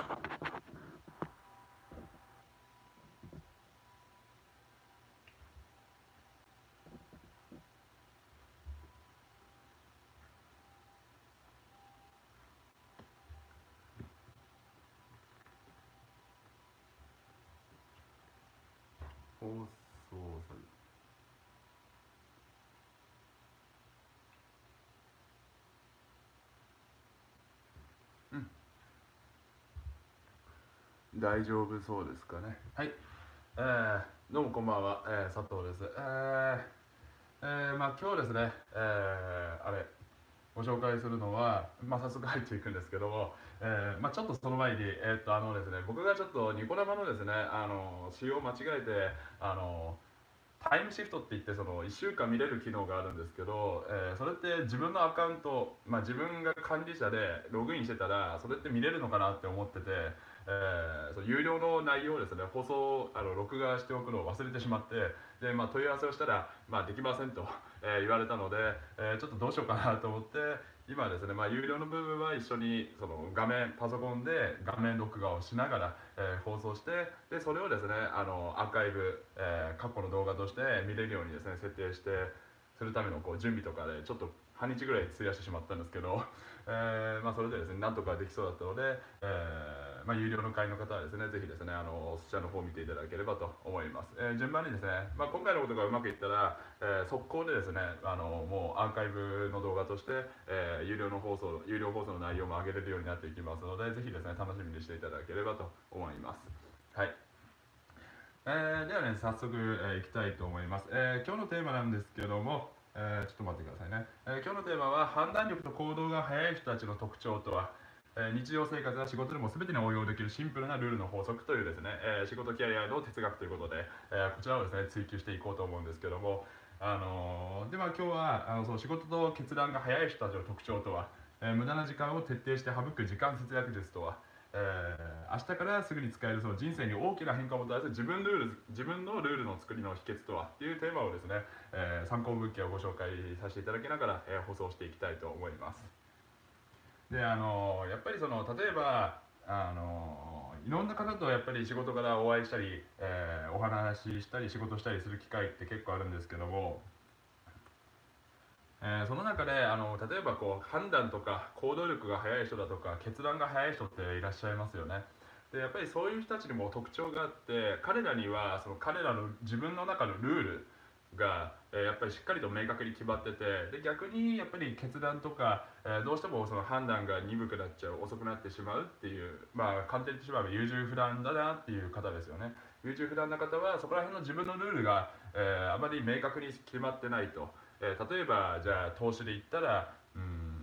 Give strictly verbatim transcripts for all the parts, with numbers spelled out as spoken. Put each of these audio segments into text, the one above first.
放送されうん大丈夫そうですかね。はい、えー、どうもこんばんは、えー、佐藤です。えー、えー、まあ今日ですね、えー、あれご紹介するのは、まあ、早速入っていくんですけども、えーまあ、ちょっとその前に、えーっとあのですね、僕がちょっとニコ生のですね、あの仕様を間違えて、あのタイムシフトって言ってそのいっしゅうかん見れる機能があるんですけど、えーそれって自分のアカウント、まあ、自分が管理者でログインしてたらそれって見れるのかなって思ってて、えーその有料の内容をですね放送あの録画しておくのを忘れてしまって、で、まあ、問い合わせをしたら、まあ、できませんと、えー言われたので、えーちょっとどうしようかなと思って今ですね、まあ、有料の部分は一緒にその画面パソコンで画面録画をしながら、えー放送して、でそれをですねあのアーカイブ、えー過去の動画として見れるようにですね設定してするためのこう準備とかでちょっと半日ぐらい費やしてしまったんですけど、えーまあ、それでですねなんとかできそうだったので、えーまあ、有料の会員の方はですねぜひですねあのそちらの方を見ていただければと思います。えー順番にですね、まあ、今回のことがうまくいったら、えー速攻でですねあのもうアーカイブの動画として、えー有料の放送有料放送の内容も上げれるようになっていきますので、ぜひですね楽しみにしていただければと思います。はい、えーではね早速、えーいきたいと思います。えー今日のテーマなんですけども、えーちょっと待ってくださいね。えー今日のテーマは判断力と行動が速い人たちの特徴とは、えー日常生活や仕事でも全てに応用できるシンプルなルールの法則というですね、えー仕事キャリアの哲学ということで、えーこちらをですね追求していこうと思うんですけども、あのーでは今日はあのそう仕事と決断が速い人たちの特徴とは、えー無駄な時間を徹底して省く時間節約術とは、えー明日からすぐに使えるその人生に大きな変化をもたらす自分ルール自分のルールの作りの秘訣とはっていうテーマをですね、えー参考文献をご紹介させていただきながら、えー放送していきたいと思います。であのやっぱりその例えばあのいろんな方とやっぱり仕事からお会いしたり、えーお話ししたり仕事したりする機会って結構あるんですけども、えーその中であの例えばこう判断とか行動力が速い人だとか決断が速い人っていらっしゃいますよね。でやっぱりそういう人たちにも特徴があって、彼らにはその彼らの自分の中のルールが、えーやっぱりしっかりと明確に決まってて、で逆にやっぱり決断とか、えーどうしてもその判断が鈍くなっちゃう遅くなってしまうっていう、まあ簡単に言ってしまえば優柔不断だなっていう方ですよね。優柔不断な方はそこら辺の自分のルールが、えーあまり明確に決まってないと。えー例えばじゃあ投資で言ったら、うん、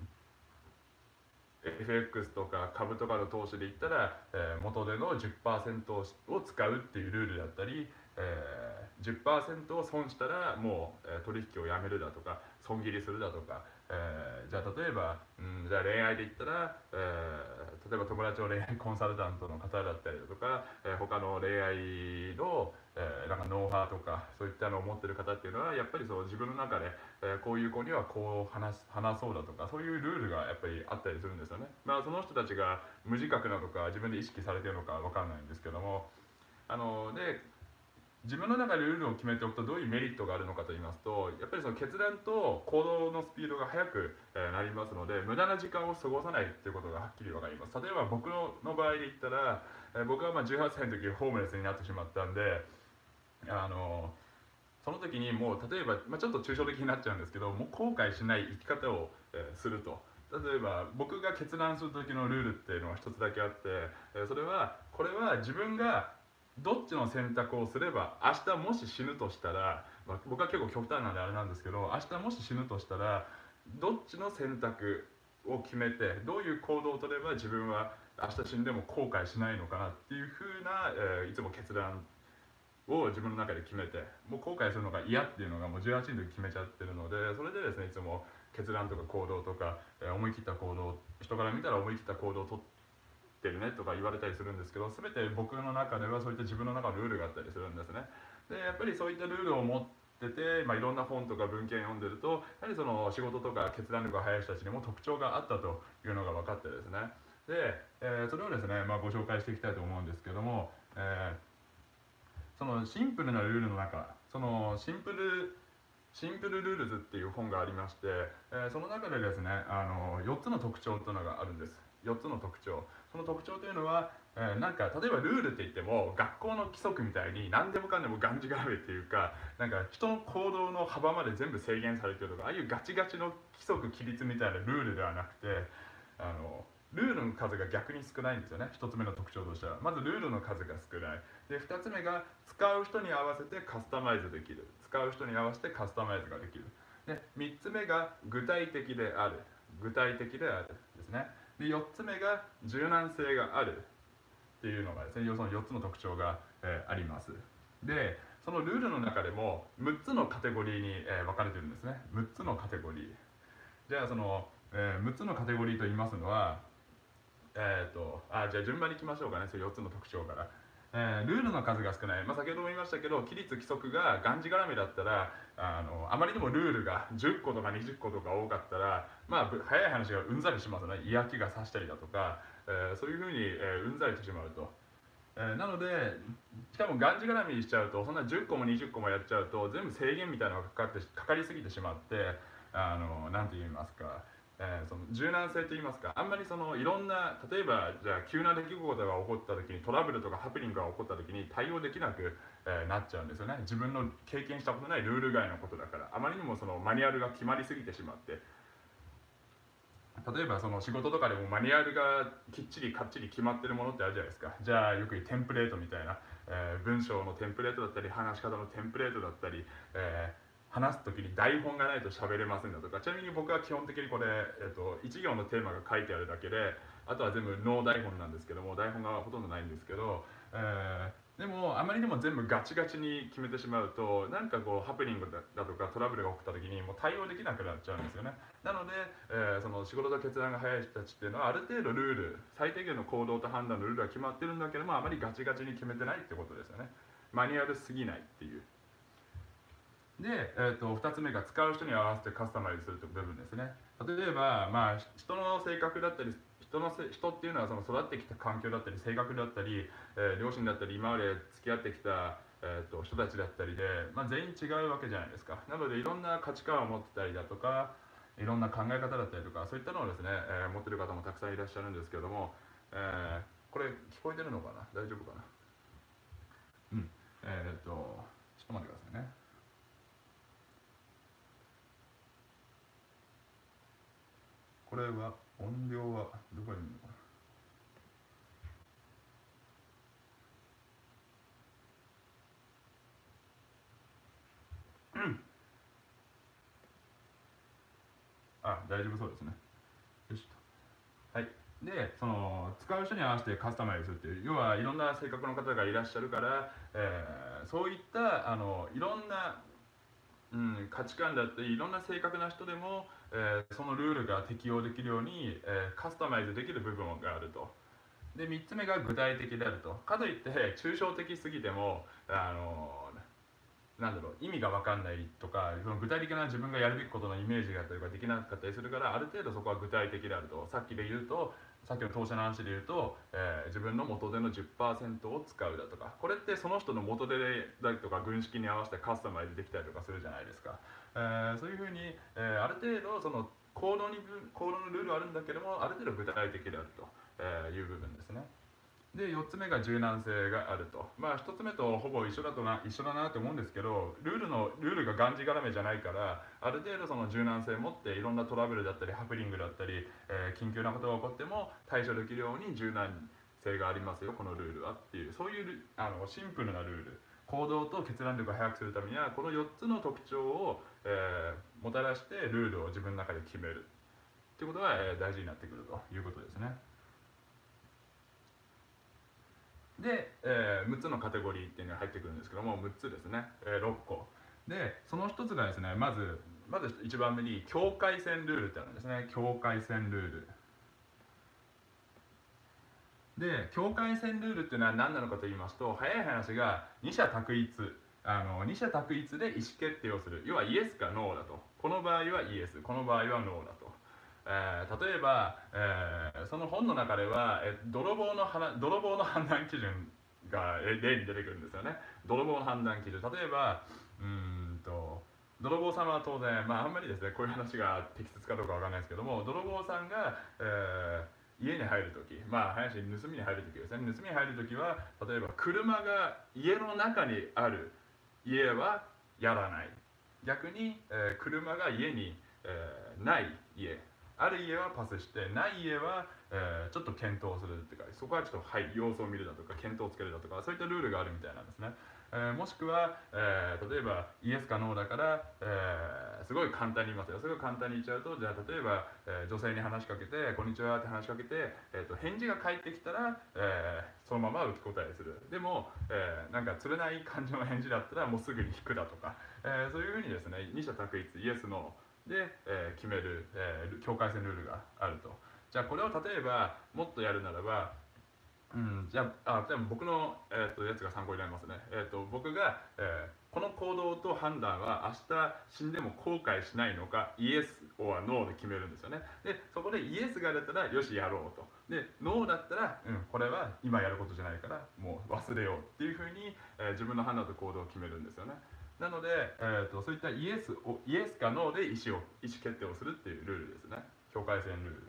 エフエックス とか株とかの投資で言ったら、えー元でのじゅっパーセントを使うっていうルールだったり、えー、じゅっパーセントを損したらもう、えー取引をやめるだとか損切りするだとか、えーじゃあ例えば、うん、じゃあ恋愛で言ったら、えー例えば友達の恋愛コンサルタントの方だったりだとか、えー他の恋愛の、えーなんかノウハウとかそういったのを持ってる方っていうのはやっぱりそう自分の中で、えーこういう子にはこう話す話そうだとかそういうルールがやっぱりあったりするんですよね。まあその人たちが無自覚なのか自分で意識されてるのかわかんないんですけども、あので自分の中でルールを決めておくとどういうメリットがあるのかと言いますと、やっぱりその決断と行動のスピードが速くなりますので、無駄な時間を過ごさないっていうことがはっきり分かります。例えば僕の場合で言ったら、僕はまあじゅうはっさいの時ホームレスになってしまったんで、あのその時にもう例えば、まあ、ちょっと抽象的になっちゃうんですけど、もう後悔しない生き方を、えーすると。例えば僕が決断する時のルールっていうのは一つだけあって、えーそれはこれは自分がどっちの選択をすれば明日もし死ぬとしたら、まあ、僕は結構極端なんであれなんですけど、明日もし死ぬとしたらどっちの選択を決めてどういう行動を取れば自分は明日死んでも後悔しないのかなっていう風な、えーいつも決断を自分の中で決めて、もう後悔するのが嫌っていうのがもうじゅうはちの時決めちゃってるので、それでですねいつも決断とか行動とか、えー思い切った行動、人から見たら思い切った行動をとってるねとか言われたりするんですけど、全て僕の中ではそういった自分の中のルールがあったりするんですね。でやっぱりそういったルールを持ってて、まあ、いろんな本とか文献読んでるとやはりその仕事とか決断力が速い人たちにも特徴があったというのが分かってですね、 で、えーそれをですね、まあ、ご紹介していきたいと思うんですけども、えーそのシンプルなルールの中、そのシンプルシンプルルールズっていう本がありまして、えーその中でですね、あのよっつの特徴というのがあるんです。よっつの特徴。その特徴というのは、えーなんか例えばルールって言っても学校の規則みたいに何でもかんでもがんじがらめっていうか、なんか人の行動の幅まで全部制限されてるとか、ああいうガチガチの規則規律みたいなルールではなくて、あのルールの数が逆に少ないんですよね。ひとつめの特徴としてはまずルールの数が少ない。でふたつめが使う人に合わせてカスタマイズできる。使う人に合わせてカスタマイズができる。でみっつめが具体的である。具体的であるですね。でよっつめが柔軟性があるっていうのがですね、そのよっつの特徴が、えーあります。でそのルールの中でもむっつのカテゴリーに、えー分かれてるんですね。むっつのカテゴリー。じゃあその、えーむっつのカテゴリーと言いますのは、えー、とあじゃあ順番にいきましょうかね。それよっつの特徴から、えールールの数が少ない、まあ、先ほども言いましたけど、規律規則ががんじがらめだったら、あのあまりにもルールがじゅっことかにじゅっことか多かったら、まあぶ早い話がうんざりしますね。嫌気がさしたりだとか、えーそういうふうに、えーうんざりしてしまうと。えーなのでしかもがんじがらめにしちゃうと、そんなじゅっこもにじゅっこもやっちゃうと全部制限みたいなのがかかってかかりすぎてしまって、あのなんて言いますか、えーその柔軟性といいますか、あんまりそのいろんな、例えばじゃあ急な出来事が起こった時に、トラブルとかハプニングが起こった時に対応できなく、えーなっちゃうんですよね。自分の経験したことないルール外のことだから、あまりにもそのマニュアルが決まりすぎてしまって、例えばその仕事とかでもマニュアルがきっちりかっちり決まってるものってあるじゃないですか。じゃあよく言うテンプレートみたいな、えー文章のテンプレートだったり、話し方のテンプレートだったり、えー話す時に台本がないと喋れませんだとか。ちなみに僕は基本的にこれ、えっと、いち行のテーマが書いてあるだけで、あとは全部ノー台本なんですけども、台本がほとんどないんですけど、えーでもあまりにも全部ガチガチに決めてしまうと、なんかこうハプニングだとかトラブルが起こった時にもう対応できなくなっちゃうんですよね。なので、えーその仕事と決断が早い人たちっていうのは、ある程度ルール、最低限の行動と判断のルールは決まってるんだけども、あまりガチガチに決めてないってことですよね。マニュアルすぎないっていう。で、えー、とふたつめが使う人に合わせてカスタマイズするという部分ですね。例えば、まあ、人の性格だったり、人のせ人っていうのはその育ってきた環境だったり、性格だったり、えー両親だったり、今まで付き合ってきた、えー、と人たちだったりで、まあ、全員違うわけじゃないですか。なのでいろんな価値観を持ってたりだとか、いろんな考え方だったりとか、そういったのをですね、えー持ってる方もたくさんいらっしゃるんですけども、えーこれ聞こえてるのかな、大丈夫かな。うんえっ、とちょっと待ってくださいね。これは音量はどこにいるのかな。うんあ、大丈夫そうですね。よしと。はい。で、その使う人に合わせてカスタマイズするっていう、要はいろんな性格の方がいらっしゃるから、えーそういったあのいろんな、うん、価値観だったり、いろんな性格な人でも、えーそのルールが適用できるように、えーカスタマイズできる部分があると。でみっつめが具体的であると。かといって抽象的すぎても、あのなんだろう、意味が分かんないとか、その具体的な自分がやるべきことのイメージがあったりとかできなかったりするから、ある程度そこは具体的であると。さっきで言うと、さっきの当社の話で言うと、えー自分の元手のじゅっパーセントを使うだとか、これってその人の元手だとか軍資金に合わせてカスタマイズできたりとかするじゃないですか。えーそういうふうに、えーある程度その行動に行動のルールはあるんだけども、ある程度具体的であるという部分ですね。でよっつめが柔軟性があると。まあひとつめとほぼ一緒だとな一緒だなと思うんですけど、ルールのルールががんじがらめじゃないから、ある程度その柔軟性を持っていろんなトラブルだったりハプニングだったり、えー緊急なことが起こっても対処できるように柔軟性がありますよこのルールはっていう、そういうあのシンプルなルール、行動と決断力を速くするためにはこのよっつの特徴を、えーもたらしてルールを自分の中で決めるっていうことが、えー大事になってくるということですね。で、えーむっつのカテゴリーっていうのが入ってくるんですけども、むっつですね、えーろっこで、そのひとつがですね、まずまずいちばんめに境界線ルールってあるんですね。境界線ルールで、境界線ルールっていうのは何なのかと言いますと、早い話が二者択一、あの二者択一で意思決定をする、要はイエスかノーだと。この場合はイエス、この場合はノーだと。 えー、例えば、えー、その本の中では、えー、泥棒の泥棒の判断基準が例に出てくるんですよね。泥棒の判断基準、例えばうーんと泥棒さんは当然、まあ、あんまりですねこういう話が適切かどうかわからないですけども、泥棒さんが、えー、家に入るとき、まあ林に盗みに入るときですね、盗みに入るときは例えば車が家の中にある家はやらない。逆に、えー、車が家に、えー、ない家、ある家はパスして、ない家は、えー、ちょっと検討するっていうか、そこはちょっと、はい、様子を見るだとか、検討をつけるだとか、そういったルールがあるみたいなんですね。えー、もしくは、えー、例えばイエスかノーだから、えー、すごい簡単に言いますよ。すごい簡単に言っちゃうと、じゃあ例えば、えー、女性に話しかけて、こんにちはって話しかけて、えー、と返事が返ってきたら、えー、そのまま受け答えする。でも、えー、なんか釣れない感じの返事だったら、もうすぐに引くだとか、えー、そういうふうにですね、二者択一、イエス、ノーで、えー、決める、えー、境界線ルールがあると。じゃあこれを例えばもっとやるならば、うん、じゃあ、あ、でも僕の、えー、とやつが参考になりますね。えー、と僕が、えー、この行動と判断は明日死んでも後悔しないのか、イエス or ノーで決めるんですよね。で、そこでイエスが出たらよしやろうと。で、ノーだったら、うん、これは今やることじゃないからもう忘れようっていうふうに、えー、自分の判断と行動を決めるんですよね。なので、えー、とそういったイエスをイエスかノーで意思を意思決定をするっていうルールですね。境界線ルール。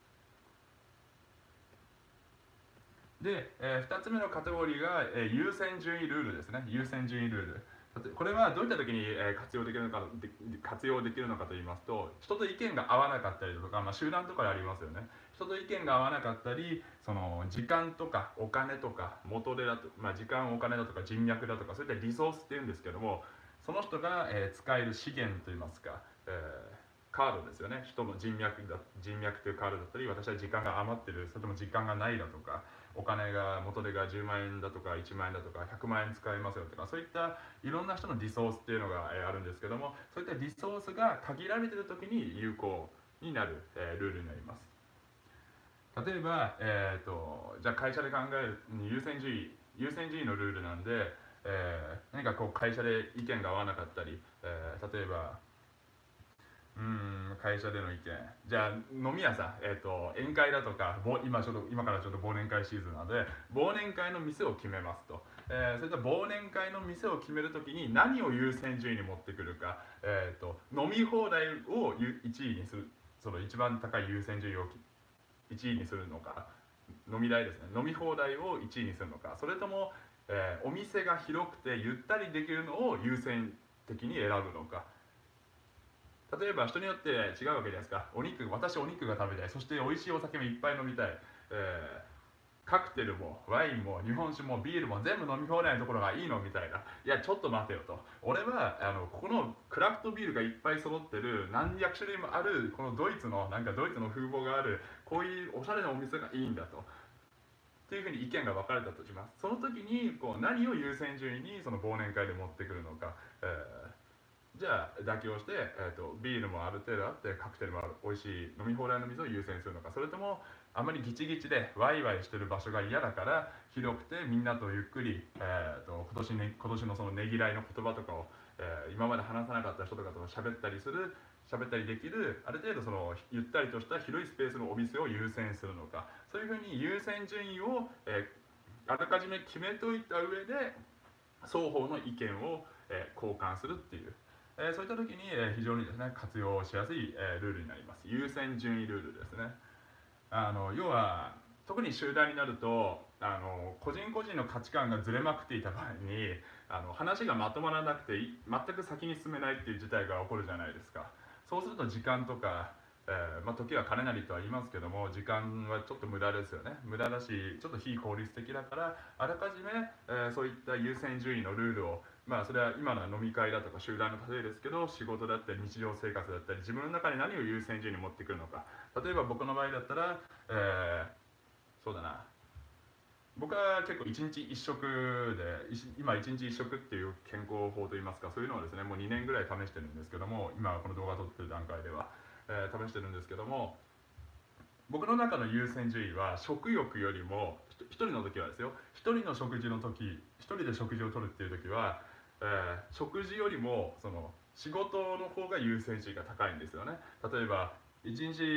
で、えー、ふたつめのカテゴリーが、えー、優先順位ルールですね。優先順位ルール。これはどういった時に、えー、活用できるのかで活用できるのかと言いますと、人と意見が合わなかったりとか、まあ、集団とかでありますよね。人と意見が合わなかったり、その時間とかお金とか元手だと、まあ、時間お金だとか人脈だとか、そういったリソースっていうんですけども、その人が、えー、使える資源といいますか、えーカードですよね。人の人脈だ人脈というカードだったり、私は時間が余ってる、それとも時間がないだとか、お金が元手がじゅうまんえんだとかいちまんえんだとかひゃくまんえん使えますよとか、そういったいろんな人のリソースっていうのが、えー、あるんですけども、そういったリソースが限られている時に有効になる、えー、ルールになります。例えば、えー、とじゃあ会社で考える優先順位優先順位のルールなんで、えー、何かこう会社で意見が合わなかったり、えー、例えばうーん会社での意見、じゃあ飲み屋さん、えー、と宴会だとか、今ちょっと今からちょっと忘年会シーズンなので忘年会の店を決めますと、えー、そういった忘年会の店を決めるときに何を優先順位に持ってくるか、えー、と飲み放題をいちいにする、その一番高い優先順位をいちいにするのか、飲み代ですね、飲み放題をいちいにするのか、それとも、えー、お店が広くてゆったりできるのを優先的に選ぶのか。例えば人によって違うわけじゃないですか。お肉、私お肉が食べたい、そして美味しいお酒もいっぱい飲みたい、えー、カクテルもワインも日本酒もビールも全部飲み放題のところがいいのみたいな。いやちょっと待てよと、俺はあのここのクラフトビールがいっぱい揃ってる何百種類もあるこのドイツのなんかドイツの風貌があるこういうおしゃれなお店がいいんだとっていうふうに意見が分かれたとします。その時にこう何を優先順位にその忘年会で持ってくるのか、えーじゃあ妥協して、えーと、ビールもある程度あってカクテルもある美味しい飲み放題の水を優先するのか、それともあまりギチギチでワイワイしてる場所が嫌だから広くてみんなとゆっくり、えーと、今年、ね、今年のそのねぎらいの言葉とかを、えー、今まで話さなかった人とかと喋ったりする喋ったりできるある程度そのゆったりとした広いスペースのお店を優先するのか、そういうふうに優先順位を、えー、あらかじめ決めといた上で双方の意見を、えー、交換するっていう、えー、そういった時に、えー、非常にですね活用しやすい、えー、ルールになります。優先順位ルールですね。あの要は特に集団になるとあの個人個人の価値観がずれまくっていた場合にあの話がまとまらなくて全く先に進めないっていう事態が起こるじゃないですか。そうすると時間とか、えーまあ、時は金なりとは言いますけども時間はちょっと無駄ですよね。無駄だしちょっと非効率的だからあらかじめ、えー、そういった優先順位のルールを、まあそれは今のは飲み会だとか集団の例えですけど仕事だったり日常生活だったり自分の中に何を優先順位に持ってくるのか。例えば僕の場合だったら、えー、そうだな僕は結構いちにちいっ食で今いちにちいっ食っていう健康法といいますかそういうのをですねもうにねんぐらい試してるんですけども、今この動画撮ってる段階では、えー、試してるんですけども、僕の中の優先順位は食欲よりも一人の時はですよ一人の食事の時一人で食事をとるっていう時は、えー、食事よりもその仕事の方が優先順位が高いんですよね。例えばいちにち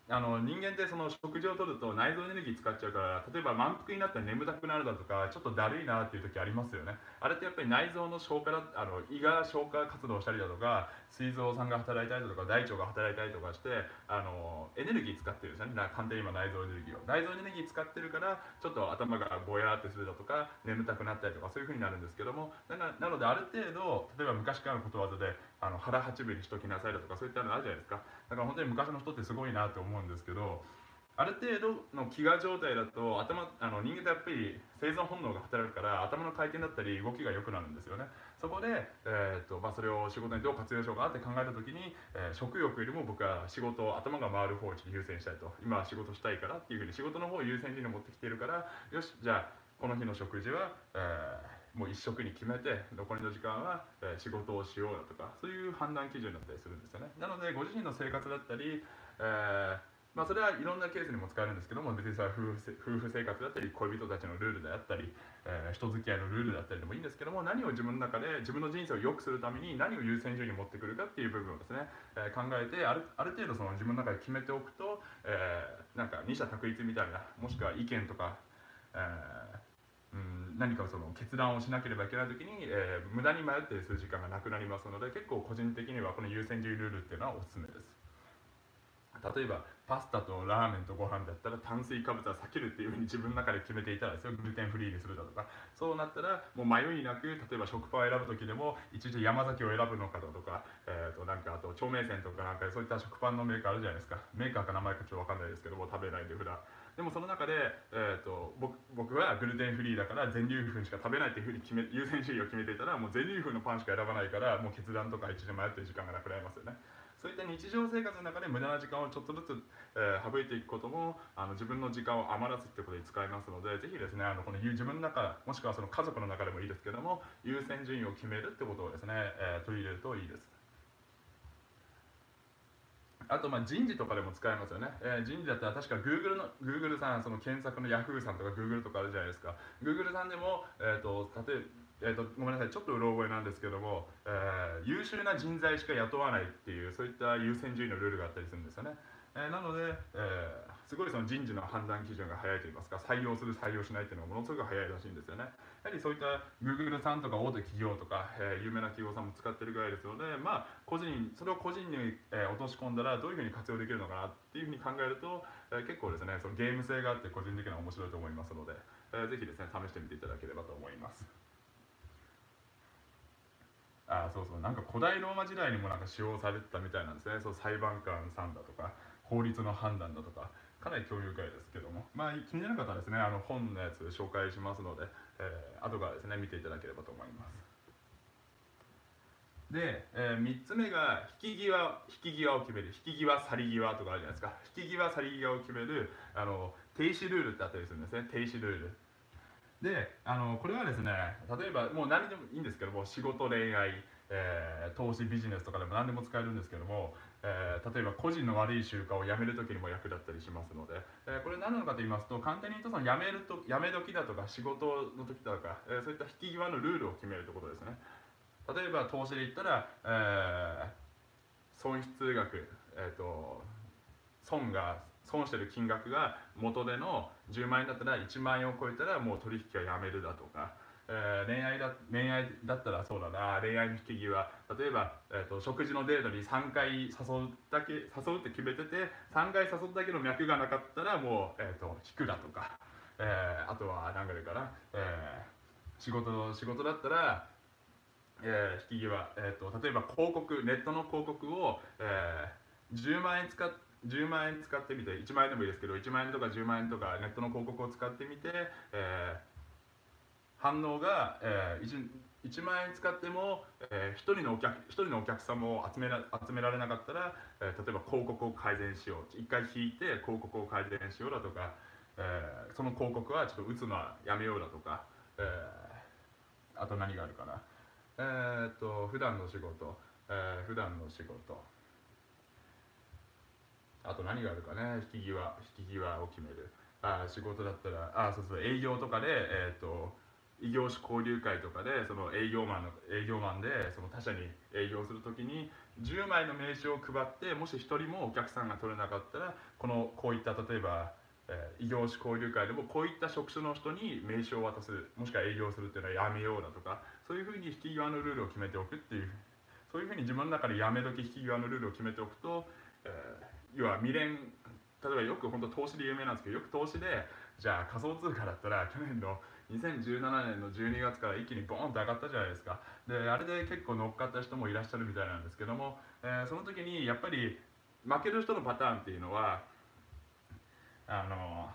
あの人間ってその食事をとると内臓エネルギー使っちゃうから、例えば満腹になったら眠たくなるだとか、ちょっとだるいなっていう時ありますよね。あれってやっぱり内臓の消化だ、あの胃が消化活動したりだとか、膵臓さんが働いたりだとか、大腸が働いたりとかして、あのエネルギー使ってるんですよね。な簡単に今内臓エネルギーを内臓エネルギー使ってるから、ちょっと頭がぼやーってするだとか、眠たくなったりとか、そういう風になるんですけども、ななのである程度、例えば昔からのことわざであの腹八分にしときなさいだとか、そういったのあるじゃないですか。だから本当に昔の人ってすごいなって思うんですけど、ある程度の飢餓状態だと頭あの人間ってやっぱり生存本能が働くから頭の回転だったり動きが良くなるんですよね。そこで、えーとまあ、それを仕事にどう活用しようかなって考えた時に、えー食欲よりも僕は仕事頭が回る方を優先したいと、今は仕事したいからっていうふうに仕事の方を優先順位に持ってきているから、よしじゃあこの日の食事は、えーもう一食に決めて残りの時間は、えー仕事をしようだとか、そういう判断基準だったりするんですよね。なのでご自身の生活だったり、えーまあ、それはいろんなケースにも使えるんですけども、別にそれは夫婦夫婦生活だったり恋人たちのルールであったり、えー人付き合いのルールだったりでもいいんですけども、何を自分の中で自分の人生を良くするために何を優先順位に持ってくるかっていう部分をですね、えー考えてあるある程度その自分の中で決めておくと、えーなんか二者択一みたいな、もしくは意見とか、えーうん、何かその決断をしなければいけない時に、えー無駄に迷ってする時間がなくなりますので、結構個人的にはこの優先順位ルールっていうのはおすすめです。例えばパスタとラーメンとご飯だったら炭水化物は避けるっていうふうに自分の中で決めていたらですよ、グルテンフリーにするだとか、そうなったらもう迷いなく、例えば食パンを選ぶ時でも一時山崎を選ぶのかだとか、えー、となんかあと長命線とかなんかそういった食パンのメーカーあるじゃないですか。メーカーか名前かちょっと分かんないですけども、食べないで普段。でもその中で、えー、と 僕, 僕はグルテンフリーだから全粒粉しか食べないっていうふうに決め優先順位を決めていたら、もう全粒粉のパンしか選ばないから、もう決断とか一時迷ってる時間がなくなりますよね。そういった日常生活の中で無駄な時間をちょっとずつ、えー省いていくことも、あの自分の時間を余らすってことに使えますので、ぜひですね、あのこの自分の中、もしくはその家族の中でもいいですけども、優先順位を決めるってことをですね、えー取り入れるといいです。あとまあ人事とかでも使えますよね。えー人事だったら確か Google の Google さん、その検索の Yahoo さんとか Google とかあるじゃないですか。Google さんでも、えー、と例えばえー、とごめんなさい、ちょっとうろ覚えなんですけども、えー優秀な人材しか雇わないっていう、そういった優先順位のルールがあったりするんですよね。えーなので、えーすごいその人事の判断基準が早いといいますか、採用する採用しないっていうのがものすごく早いらしいんですよね。やはりそういった Google さんとか大手企業とか、えー有名な企業さんも使ってるぐらいですので、まあ個人それを個人に、えー落とし込んだらどういうふうに活用できるのかなっていうふうに考えると、えー結構ですね、そのゲーム性があって個人的には面白いと思いますので、えーぜひですね試してみていただければと思います。あ、そうそう、なんか古代ローマ時代にもなんか使用されてたみたいなんですね。そう、裁判官さんだとか法律の判断だとか、かなり興味深いですけども、まあ気になる方はですね、あの本のやつ紹介しますので、えー、後からですね見ていただければと思います。で、えー、みっつめが引き際引き際を決める、引き際去り際とかあるじゃないですか。引き際去り際を決める、あの停止ルールってあったりするんですね。停止ルールで、あのこれはですね、例えばもう何でもいいんですけども、仕事、恋愛、えー投資、ビジネスとかでも何でも使えるんですけども、えー例えば個人の悪い習慣をやめるときにも役立ったりしますので、えーこれ何なのかと言いますと、簡単に言うとそのやめるとやめ時だとか仕事の時だとか、えーそういった引き際のルールを決めるということですね。例えば投資で言ったら、えー損失額、えーと損が損してる金額が元でのじゅうまん円だったらいちまん円を超えたらもう取引はやめるだとか、えー恋愛だ恋愛だったらそうだな、恋愛の引き際、例えば、えーと食事のデートにさんかい誘うだけ誘うって決めてて、さんかい誘ったけど脈がなかったらもう、えー、と引くだとか、えーあとは何がいいかな、えー仕事仕事だったら、えー引き際、えー、と例えば広告、ネットの広告を、えーじゅうまん円使っじゅうまん円使ってみて、いちまん円でもいいですけどいちまん円とかじゅうまん円とかネットの広告を使ってみて、えー反応が、えー、いち, いちまん円使っても、えー、ひとりのお客ひとりのお客様を集めら集められなかったら、えー例えば広告を改善しよう、いっかい引いて広告を改善しようだとか、えーその広告はちょっと打つのはやめようだとか、えーあと何があるかな、えー、っと普段の仕事、えー、普段の仕事、あと何があるかね、引き際引き際を決める。あ、仕事だったら、あ、そうそう、営業とかで、えー、っと異業種交流会とかでその営業マンの営業マンでその他社に営業するときにじゅうまいの名刺を配って、もしひとりもお客さんが取れなかったらこのこういった例えば、えー、異業種交流会でもこういった職種の人に名刺を渡す、もしくは営業するっていうのはやめようだとか、そういうふうに引き際のルールを決めておくっていう、そういうふうに自分の中でやめ時引き際のルールを決めておくと、えー、要は未練、例えばよく本当投資で有名なんですけど、よく投資でじゃあ仮想通貨だったら去年のにせんじゅうななねんのじゅうにがつから一気にボーンと上がったじゃないですか。であれで結構乗っかった人もいらっしゃるみたいなんですけども、えー、その時にやっぱり負ける人のパターンっていうのはあの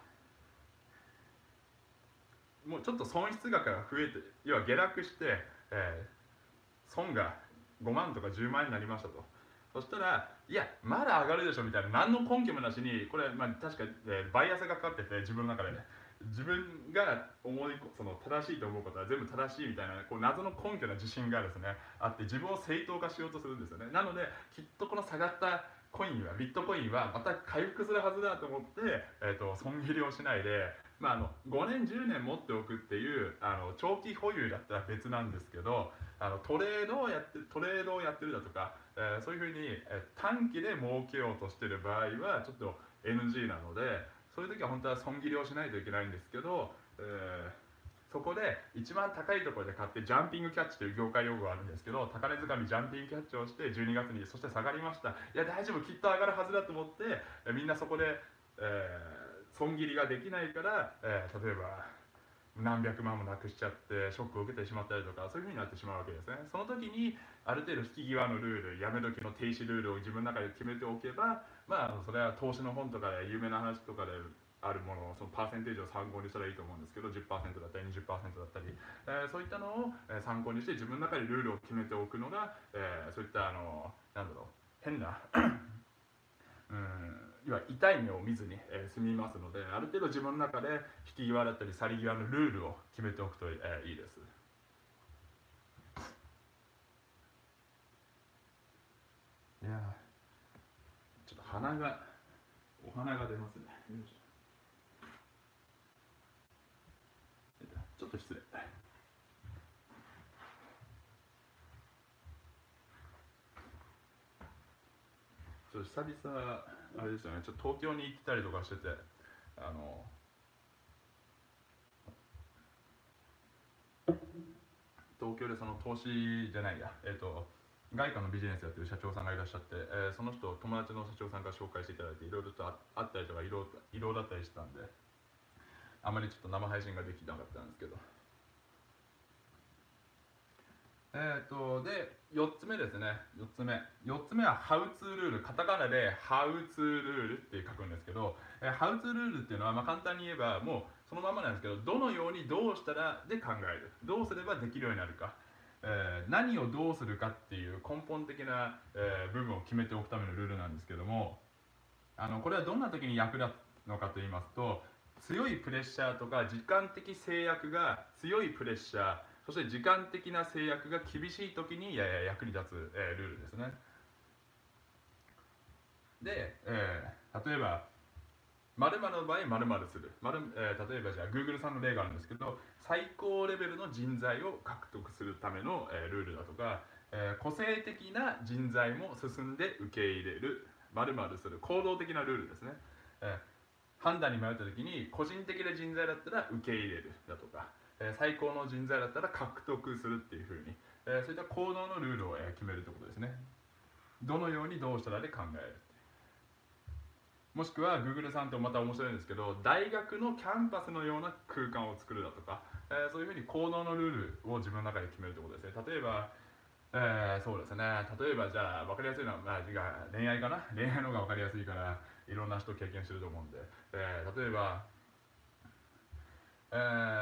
もうちょっと損失額が増えて、要は下落して、えー、損がごまんとかじゅうまん円になりましたと。そしたら、いや、まだ上がるでしょみたいな、何の根拠もなしに、これ、まあ、確か、えー、バイアスがかかってて、自分の中でね、自分が思いその正しいと思うことは全部正しいみたいな、こう謎の根拠な自信がですねあって、自分を正当化しようとするんですよね。なのできっとこの下がったコインはビットコインはまた回復するはずだと思って、えー、と損切りをしないで、まあ、あのごねんじゅうねん持っておくっていうあの長期保有だったら別なんですけど、あのトレードをやってトレードをやってるだとか、えー、そういうふうに、えー、短期で儲けようとしてる場合はちょっと エヌジー なので、そういう時は本当は損切りをしないといけないんですけど、えー、そこで一番高いところで買ってジャンピングキャッチという業界用語があるんですけど、高値掴みジャンピングキャッチをしてじゅうにがつにそして下がりました。いや大丈夫、きっと上がるはずだと思って、えー、みんなそこで、えー、損切りができないから、えー、例えば何百万もなくしちゃってショックを受けてしまったりとか、そういう風になってしまうわけですね。その時にある程度引き際のルール、やめ時の停止ルールを自分の中で決めておけば、まあそれは投資の本とかで有名な話とかであるものをそのパーセンテージを参考にしたらいいと思うんですけど、 じゅっパーセント だったり にじゅっパーセント だったり、えー、そういったのを参考にして自分の中でルールを決めておくのが、えー、そういったあのなんだろう変なうん要は痛い目を見ずに、えー、済みますので、ある程度自分の中で引き際だったり去り際のルールを決めておくと、えー、いいです。いやちょっと鼻がお花が出ますね。ちょっと失礼。ちょっと久々あれですよね、ちょっと東京に行ったりとかしてて、あの東京でその投資じゃないや、えっ、ー、と外貨のビジネスやってる社長さんがいらっしゃって、えー、その人を友達の社長さんから紹介していただいて、いろいろとああったりとか、いろいろだったりしてたんで、あまりちょっと生配信ができなかったんですけど、えーとでよっつめですね。よっつめよっつめはハウツールール、カタカナでハウツールールって書くんですけど、えー、ハウツールールっていうのは、まあ、簡単に言えばもうそのままなんですけど、どのようにどうしたらで考える、どうすればできるようになるか、えー、何をどうするかっていう根本的な、えー、部分を決めておくためのルールなんですけども、あのこれはどんな時に役立つのかと言いますと、強いプレッシャーとか時間的制約が強いプレッシャー、そして時間的な制約が厳しい時に役に立つ、えー、ルールですね。で、えー、例えば〇〇の場合〇〇する、えー、例えばじゃあ Google さんの例があるんですけど、最高レベルの人材を獲得するための、えー、ルールだとか、えー、個性的な人材も進んで受け入れる、〇〇する行動的なルールですね。えー判断に迷った時に個人的な人材だったら受け入れるだとか、えー、最高の人材だったら獲得するっていうふうに、えー、そういった行動のルールを、えー、決めるということですね。どのようにどうしたらで考える、もしくは Google さんってまた面白いんですけど、大学のキャンパスのような空間を作るだとか、えー、そういうふうに行動のルールを自分の中で決めるということですね。例えばえー、そうですね。例えばじゃあ分かりやすいのは、まあ、恋愛かな。恋愛の方が分かりやすいからいろんな人経験してると思うんで、えー、例えば、え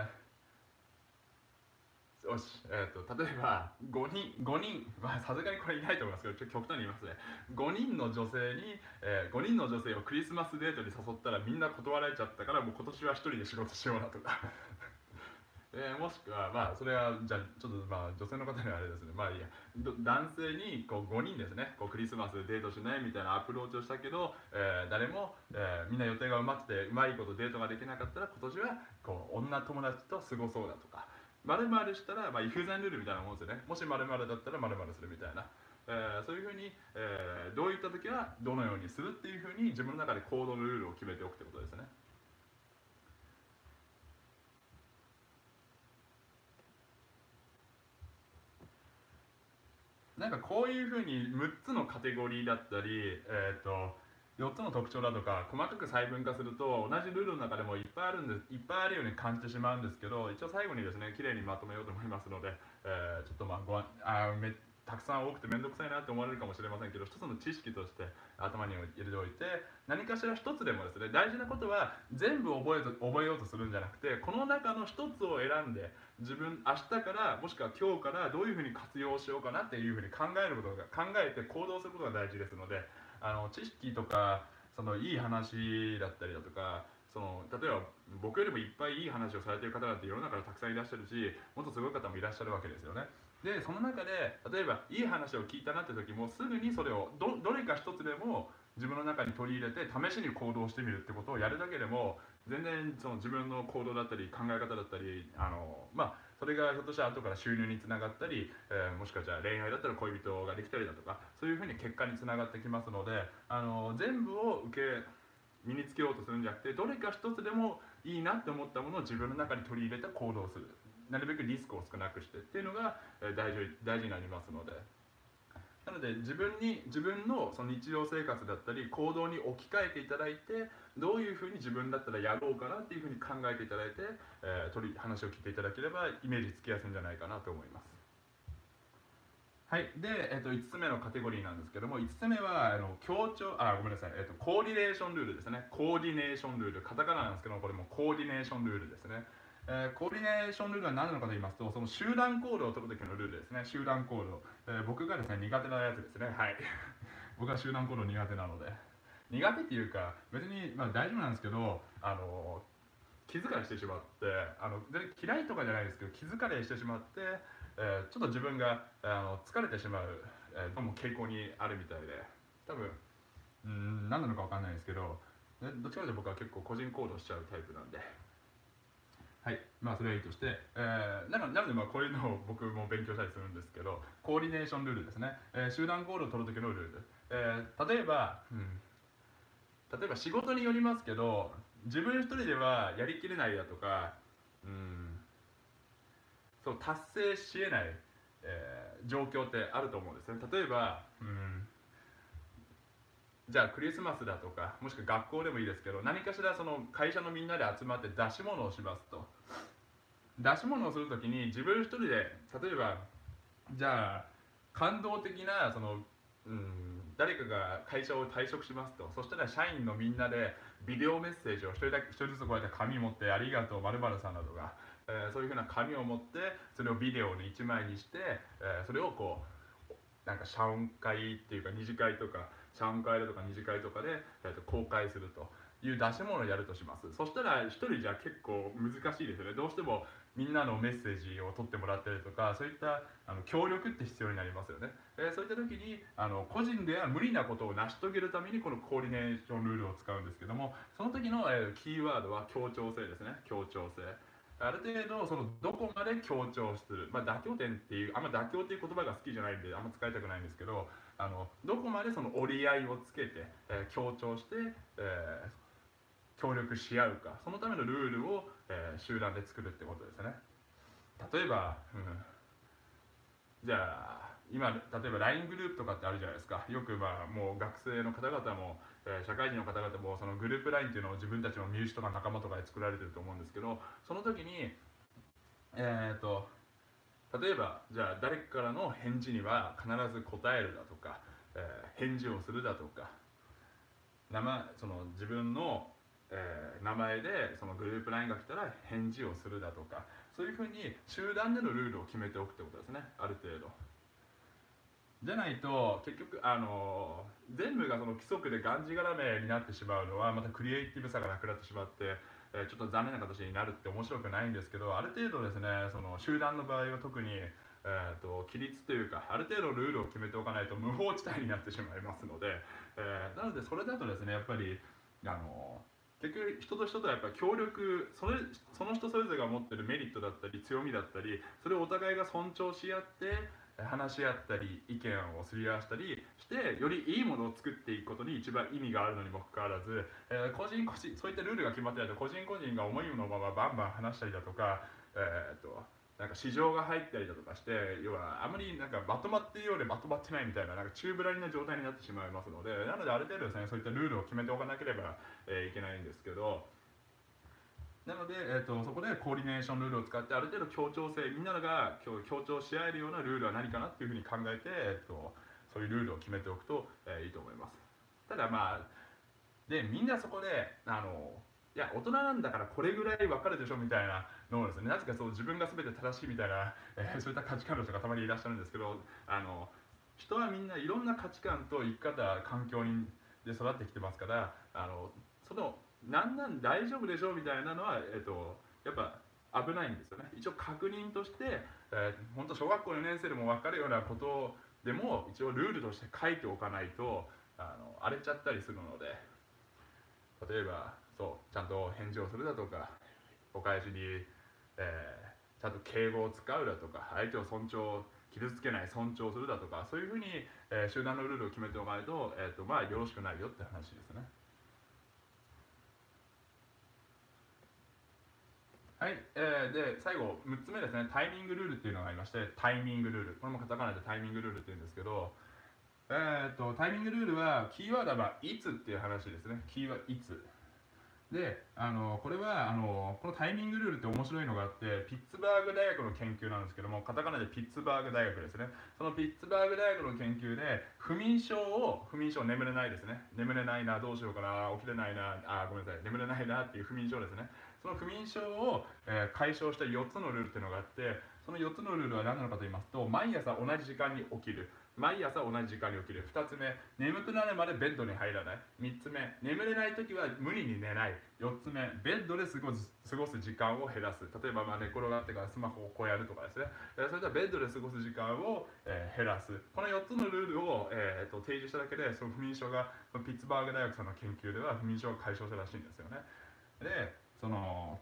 ー、よし、えーと、例えばごにん、ごにん、まあさすがにこれいないと思いますけど、ちょっと極端に言いますね。ごにんの女性に、えー、ごにんの女性をクリスマスデートに誘ったらみんな断られちゃったから、もう今年はひとりで仕事しようなとか。えー、もしくは、まあ、それは、じゃあ、ちょっと、まあ、女性の方にはあれですね、まあいいや、男性にこうごにんですね、こうクリスマスデートしないみたいなアプローチをしたけど、えー、誰も、えー、みんな予定が埋まってて、うまいことデートができなかったら、今年はこう女友達と過ごそうだとか、 〇〇したら、まあ、不全ルールみたいなもんですよね。もし〇〇だったら〇〇するみたいな。えー、そういうふうに、えー、どういった時はどのようにするっていうふうに自分の中で行動のルールを決めておくってことですね。なんかこういうふうにむっつのカテゴリーだったり、えー、とよっつの特徴だとか細かく細分化すると同じルールの中でもいっぱいあるんですいっぱいあるように感じてしまうんですけど、一応最後にですねきれいにまとめようと思いますので、えー、ちょっとまあごああめたくさん多くて面倒くさいなって思われるかもしれませんけど、一つの知識として頭に入れておいて、何かしら一つでもですね、大事なことは全部覚えと覚えようとするんじゃなくて、この中の一つを選んで自分明日からもしくは今日からどういうふうに活用しようかなっていうふうに考えることが考えて行動することが大事ですので、あの知識とかそのいい話だったりだとか、その例えば僕よりもいっぱいいい話をされている方なんて世の中にたくさんいらっしゃるし、もっとすごい方もいらっしゃるわけですよね。でその中で例えばいい話を聞いたなって時もすぐにそれを ど, どれか一つでも自分の中に取り入れて試しに行動してみるってことをやるだけでも全然その自分の行動だったり考え方だったり、あのまあそれがひょっとしたら後から収入につながったり、えー、もしかしたら恋愛だったら恋人ができたりだとか、そういうふうに結果につながってきますので、あの全部を受け身につけようとするんじゃなくて、どれか一つでもいいなって思ったものを自分の中に取り入れて行動する、なるべくリスクを少なくしてっていうのが大事大事になりますので。なので自分に自分のその日常生活だったり行動に置き換えていただいて、どういうふうに自分だったらやろうかなっていうふうに考えていただいて、えー、取り話を聞いていただければイメージつきやすいんじゃないかなと思います。はい、で、えっと、いつつめのカテゴリーなんですけども、いつつめはあの協調あごめんなさい、えっと、コーディネーションルールですね。コーディネーションルール、カタカナなんですけども、これもコーディネーションルールですね。えー、コーディネーションルールは何なのかと言いますと、その集団行動を取る時のルールですね。集団行動、えー、僕がですね苦手なやつですね。はい僕は集団行動苦手なので、苦手っていうか別に、まあ、大丈夫なんですけど、あの気疲れしてしまって、あの嫌いとかじゃないですけど気疲れしてしまって、えー、ちょっと自分があの疲れてしまう、えー、どうも傾向にあるみたいで、多分うん何なのか分かんないですけど、どっちかというと僕は結構個人行動しちゃうタイプなんで。はい、まあそれはいいとして、えー、なのなのでまあこういうのを僕も勉強したりするんですけど、コーディネーションルールですね、えー、集団行動を取る時のルール、えー、例えば、うん、例えば仕事によりますけど、自分一人ではやりきれないだとか、うんそう達成しえない、えー、状況ってあると思うんですね。例えば、うんじゃあクリスマスだとか、もしくは学校でもいいですけど、何かしらその会社のみんなで集まって出し物をしますと、出し物をするときに自分一人で例えばじゃあ感動的なその、うん、誰かが会社を退職しますと、そしたら社員のみんなでビデオメッセージを一人だけ一人ずつこうやって紙持って「ありがとうまるさん」だとか、えーそういうふうな紙を持ってそれをビデオにいちまいにして、えーそれをこうなんか謝恩会っていうか二次会とか謝恩会だとか二次会とかで、えーと公開するという出し物をやるとします。そしたら一人じゃ結構難しいですよね。どうしてもみんなのメッセージを取ってもらったりとか、そういったあの協力って必要になりますよね。えーそういった時にあの個人では無理なことを成し遂げるためにこのコーディネーションルールを使うんですけども、その時の、えーキーワードは協調性ですね。協調性。ある程度そのどこまで強調する、まあ、妥協点っていうあんま妥協っていう言葉が好きじゃないんであんま使いたくないんですけど、あのどこまでその折り合いをつけて、えー強調して、えー協力し合うか、そのためのルールを、えー集団で作るってことですね。例えば、うん、じゃあ今例えば ライン グループとかってあるじゃないですか。よくまあもう学生の方々も、えー社会人の方々もそのグループ ライン っていうのを自分たちの身内とか仲間とかで作られてると思うんですけど、その時にえっ、と例えばじゃあ誰かからの返事には必ず答えるだとか、えー返事をするだとか、名前その自分の、えー名前でそのグループ ライン が来たら返事をするだとか、そういうふうに集団でのルールを決めておくってことですね、ある程度。じゃないと結局あの全部がその規則でがんじがらめになってしまうのはまたクリエイティブさがなくなってしまって、えーちょっと残念な形になるって面白くないんですけど、ある程度ですねその集団の場合は特に、えー、と規律というかある程度ルールを決めておかないと無法地帯になってしまいますので、えーなのでそれだとですねやっぱりあの結局人と人とはやっぱ協力それその人それぞれが持ってるメリットだったり強みだったりそれをお互いが尊重し合って話し合ったり意見をすり合わせたりしてよりいいものを作っていくことに一番意味があるのにもかかわらず、えー、個人個人そういったルールが決まってないと個人個人が思いのままバンバン話したりだとか、えー、っとなんか市場が入ったりだとかして要はあまりなんかまとまっているようでまとまってないみたいななんか宙ぶらりな状態になってしまいますのでなのである程度ですねそういったルールを決めておかなければ、えー、いけないんですけどなので、えー、とそこでコーディネーションルールを使ってある程度協調性みんなが協調し合えるようなルールは何かなっていうふうに考えて、えー、とそういうルールを決めておくと、えー、いいと思います。ただまあでみんなそこであのいや大人なんだからこれぐらいわかるでしょみたいなのをですねなぜかそう自分が全て正しいみたいな、えー、そういった価値観の人がたまにいらっしゃるんですけどあの人はみんないろんな価値観と生き方環境にで育ってきてますからあのそのなんなん大丈夫でしょみたいなのは、えー、とやっぱ危ないんですよね。一応確認として、えー、本当小学校よねん生でも分かるようなことでも一応ルールとして書いておかないとあの荒れちゃったりするので例えばそうちゃんと返事をするだとかお返しに、えー、ちゃんと敬語を使うだとか相手を尊重傷つけない尊重するだとかそういうふうに、えー、集団のルールを決めておかないと、えーとまあ、よろしくないよって話ですね。はい、えー、で最後むっつめですねタイミングルールっていうのがありましてタイミングルールこれもカタカナでタイミングルールっていうんですけどえー、とタイミングルールはキーワードはいつっていう話ですね。キーワードいつであのこれはあのこのタイミングルールって面白いのがあってピッツバーグ大学の研究なんですけどもカタカナでピッツバーグ大学ですね。そのピッツバーグ大学の研究で不眠症を不眠症眠れないですね眠れないなどうしようかな起きれないなあごめんなさい眠れないなっていう不眠症ですね。その不眠症を、えー、解消したよっつのルールっていうのがあってそのよっつのルールは何なのかと言いますと毎朝同じ時間に起きる毎朝同じ時間に起きるふたつめ眠くなるまでベッドに入らないみっつめ眠れない時は無理に寝ないよっつめベッドで過ごす過ごす時間を減らす例えばまあ寝転がってからスマホをこうやるとかですねそれとはベッドで過ごす時間を、えー、減らすこのよっつのルールを、えー、と提示しただけでその不眠症がピッツバーグ大学さんの研究では不眠症が解消したらしいんですよね。でその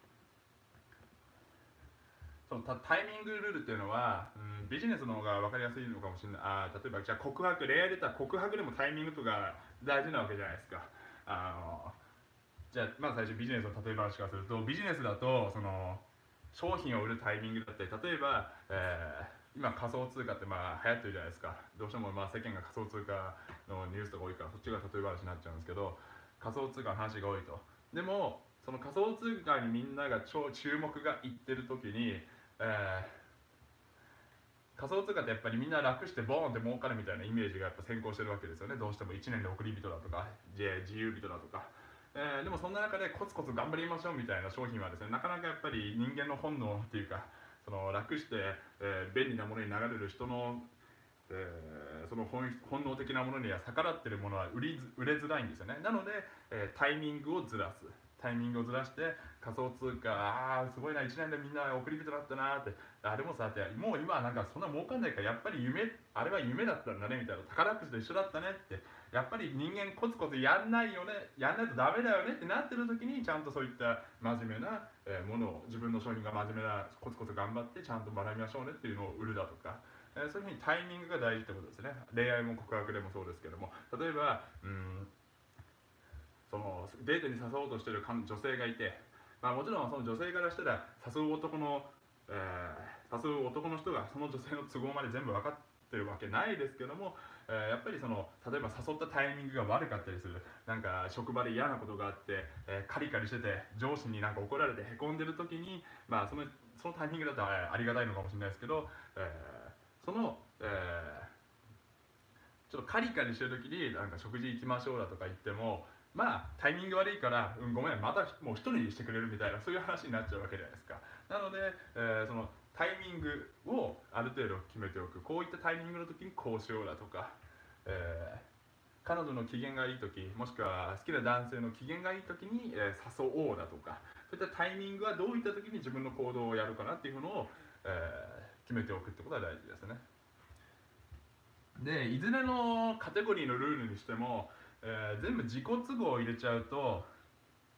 そのタイミングルールっていうのは、うん、ビジネスの方が分かりやすいのかもしれないあ例えばじゃあ告白恋愛で言ったら告白でもタイミングとか大事なわけじゃないですか。あのじゃあまず最初ビジネスの例え話からするとビジネスだとその商品を売るタイミングだったり例えば、えー、今仮想通貨ってまあ流行ってるじゃないですか。どうしてもまあ世間が仮想通貨のニュースとか多いからそっちが例え話になっちゃうんですけど仮想通貨の話が多いと。でもその仮想通貨にみんなが超注目がいってる時に、えー仮想通貨ってやっぱりみんな楽してボーンって儲かるみたいなイメージがやっぱ先行してるわけですよね。どうしてもいちねんで送り人だとか自由人だとか、えー、でもそんな中でコツコツ頑張りましょうみたいな商品はですねなかなかやっぱり人間の本能っていうかその楽して、えー、便利なものに流れる人の、えー、その 本, 本能的なものには逆らってるものは売り売れづらいんですよね。なので、えー、タイミングをずらすタイミングをずらして仮想通貨あーすごいないちねんでみんな送り人だったなーってあれもさってもう今はなんかそんな儲かんないからやっぱり夢あれは夢だったんだねみたいな宝くじと一緒だったねってやっぱり人間コツコツやんないよねやんないとダメだよねってなってる時にちゃんとそういった真面目な、えー、ものを自分の商品が真面目なコツコツ頑張ってちゃんと学びましょうねっていうのを売るだとか、えー、そういうふうにタイミングが大事ってことですね。恋愛も告白でもそうですけども例えばうんそのデートに誘おうとしてる女性がいて、まあ、もちろんその女性からしたら誘う男の、えー、誘う男の人がその女性の都合まで全部分かってるわけないですけども、えー、やっぱりその例えば誘ったタイミングが悪かったりするなんか職場で嫌なことがあって、えー、カリカリしてて上司になんか怒られてへこんでる時に、まあ、そのそのタイミングだとありがたいのかもしれないですけど、えー、その、えーちょっとカリカリしてる時になんか食事行きましょうだとか言ってもまあタイミング悪いから、うん、ごめんまたもう一人にしてくれるみたいなそういう話になっちゃうわけじゃないですか。なので、えー、そのタイミングをある程度決めておくこういったタイミングの時にこうしようだとか、えー、彼女の機嫌がいい時もしくは好きな男性の機嫌がいい時に、えー、誘おうだとかそういったタイミングはどういった時に自分の行動をやるかなっていうのを、えー、決めておくってことは大事ですね。でいずれのカテゴリーのルールにしても、えー、全部自己都合を入れちゃうと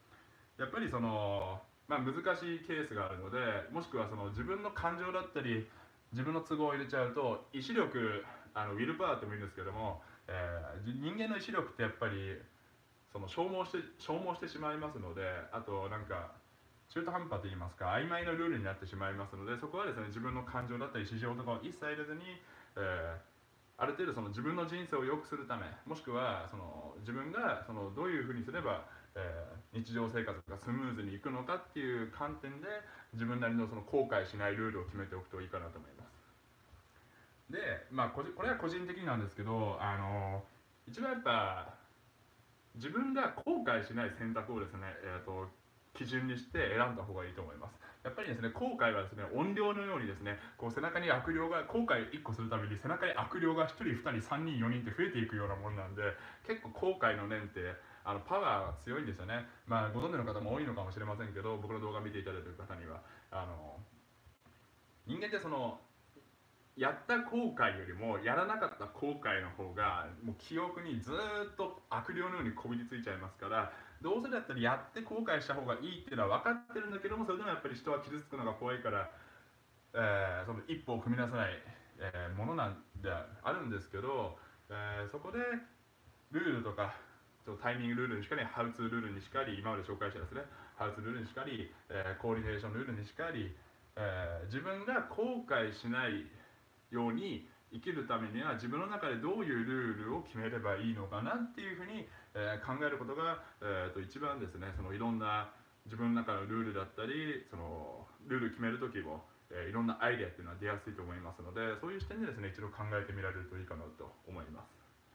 やっぱりその、まあ、難しいケースがあるので、もしくはその自分の感情だったり自分の都合を入れちゃうと、意志力、あのウィルパワーってもいいんですけども、えー人間の意志力ってやっぱりその消耗して消耗してしまいますので、あとなんか中途半端といいますか曖昧なルールになってしまいますので、そこはですね、自分の感情だったり市場とかを一切入れずに、えーある程度その自分の人生を良くするため、もしくはその自分がそのどういうふうにすれば、えー日常生活がスムーズにいくのかっていう観点で、自分なりのその後悔しないルールを決めておくといいかなと思います。で、まあ、こじこれは個人的なんですけど、あの一番やっぱ自分が後悔しない選択をですね、えーと基準にして選んだ方がいいと思います。やっぱりですね、後悔はですね、怨霊のようにですね、こう背中に悪霊が、後悔いっこするために背中に悪霊がひとり、ふたり、さんにん、よにんって増えていくようなもんなんで、結構後悔の念ってあのパワーが強いんですよね。まあご存知の方も多いのかもしれませんけど、僕の動画見ていただいている方にはあの人間ってそのやった後悔よりもやらなかった後悔の方がもう記憶にずっと悪霊のようにこびりついちゃいますから、どうせだったらやって後悔した方がいいっていうのは分かってるんだけども、それでもやっぱり人は傷つくのが怖いから、えーその一歩を踏み出さない、えーものなんであるんですけど、えーそこでルールとかタイミングルールにしかり、ハウツールールにしかり、今まで紹介したですね、ハウツールールにしかり、えーコーディネーションルールにしかり、えー自分が後悔しないように生きるためには、自分の中でどういうルールを決めればいいのかなっていうふうに、えー考えることが、えーと一番ですね、そのいろんな自分の中のルールだったり、そのルール決める時も、えーいろんなアイデアっていうのは出やすいと思いますので、そういう視点でですね、一度考えてみられるといいかなと思います。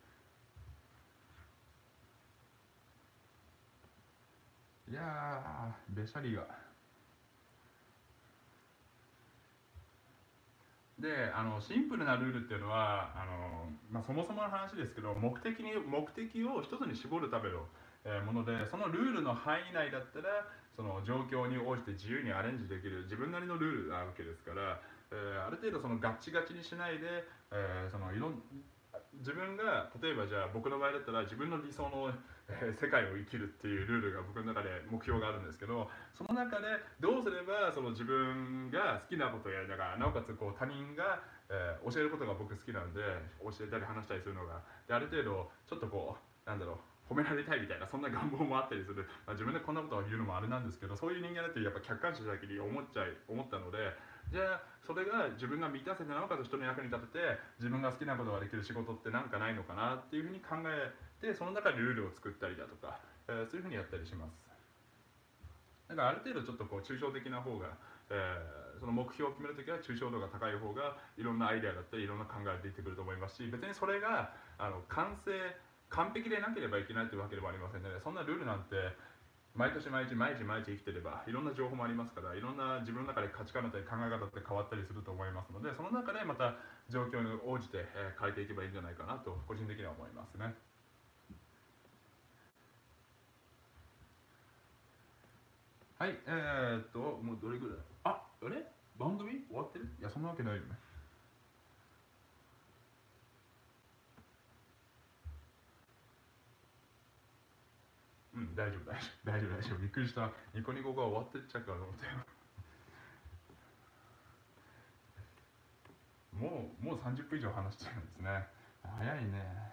いやー、べしゃりが。で、あのシンプルなルールっていうのはあの、まあ、そもそもの話ですけど、目的に目的を一つに絞るための、えーもので、そのルールの範囲内だったらその状況に応じて自由にアレンジできる自分なりのルールなわけですから、えーある程度そのガッチガチにしないで、えーそのいろん自分が例えば、じゃあ僕の場合だったら自分の理想の、えー世界を生きるっていうルールが僕の中で目標があるんですけど、その中でどうすればその自分が好きなことをやりながら、なおかつこう他人が、えー教えることが僕好きなんで、教えたり話したりするのが、である程度ちょっとこうなんだろう、褒められたいみたいな、そんな願望もあったりする、まあ、自分でこんなことを言うのもあれなんですけど、そういう人間だってやっぱ客観視だけに思っちゃい思ったので、じゃあそれが自分が満たせて、なおかつ人の役に立てて自分が好きなことができる仕事ってなんかないのかなっていうふうに考えて、その中でルールを作ったりだとか、えーそういうふうにやったりします。だからある程度ちょっとこう抽象的な方が、えーその目標を決めるときは抽象度が高い方がいろんなアイデアだったりいろんな考えが出てくると思いますし、別にそれがあの完成完璧でなければいけないというわけでもありませんので、そんなルールなんて毎年毎日毎日毎日生きてればいろんな情報もありますから、いろんな自分の中で価値観だったり考え方って変わったりすると思いますので、その中でまた状況に応じて、えー変えていけばいいんじゃないかなと個人的には思いますね。はい、えー、っともうどれぐらい、ああれ番組終わってる？いや、そんなわけないよね。うん、大丈夫大丈夫大丈夫大丈夫、びっくりした。ニコニコが終わってっちゃうかと思ったよ。もうもうさんじゅっぷん以上話してるんですね。早いね。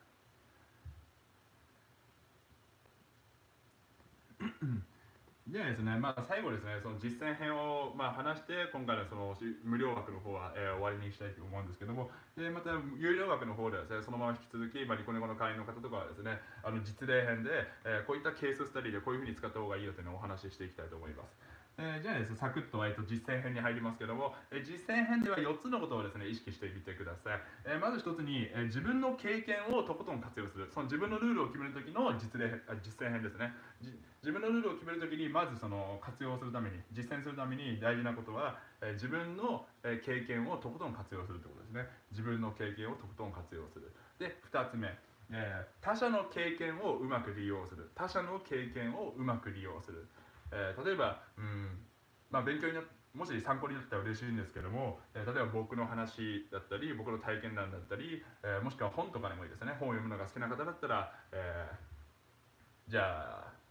ではですね、まあ、最後ですね、その実践編を、まあ、話して、今回のその無料枠の方は、えー終わりにしたいと思うんですけども、でまた有料枠の方ではですね、そのまま引き続き、まあ、ニコニコの会員の方とかはですね、あの実例編で、えーこういったケーススタディでこういうふうに使った方がいいよというのをお話ししていきたいと思います。えーじゃあですね、サクッと、えーと実践編に入りますけども、えー実践編ではよっつのことをですね、意識してみてください。えーまずひとつに、えー自分の経験をとことん活用する。その自分のルールを決める時の実例あ実践編ですね。じ自分のルールを決めるときに、まずその活用するために、実践するために大事なことは、えー自分のえー経験をとことん活用するということですね。自分の経験をとことん活用する。で、ふたつめ、えー他者の経験をうまく利用する。他者の経験をうまく利用する。えー例えば、うん、まあ、勉強になもし参考になったら嬉しいんですけども、えー例えば僕の話だったり、僕の体験談だったり、えーもしくは本とかでもいいですね。本を読むのが好きな方だったら、えーじゃあ、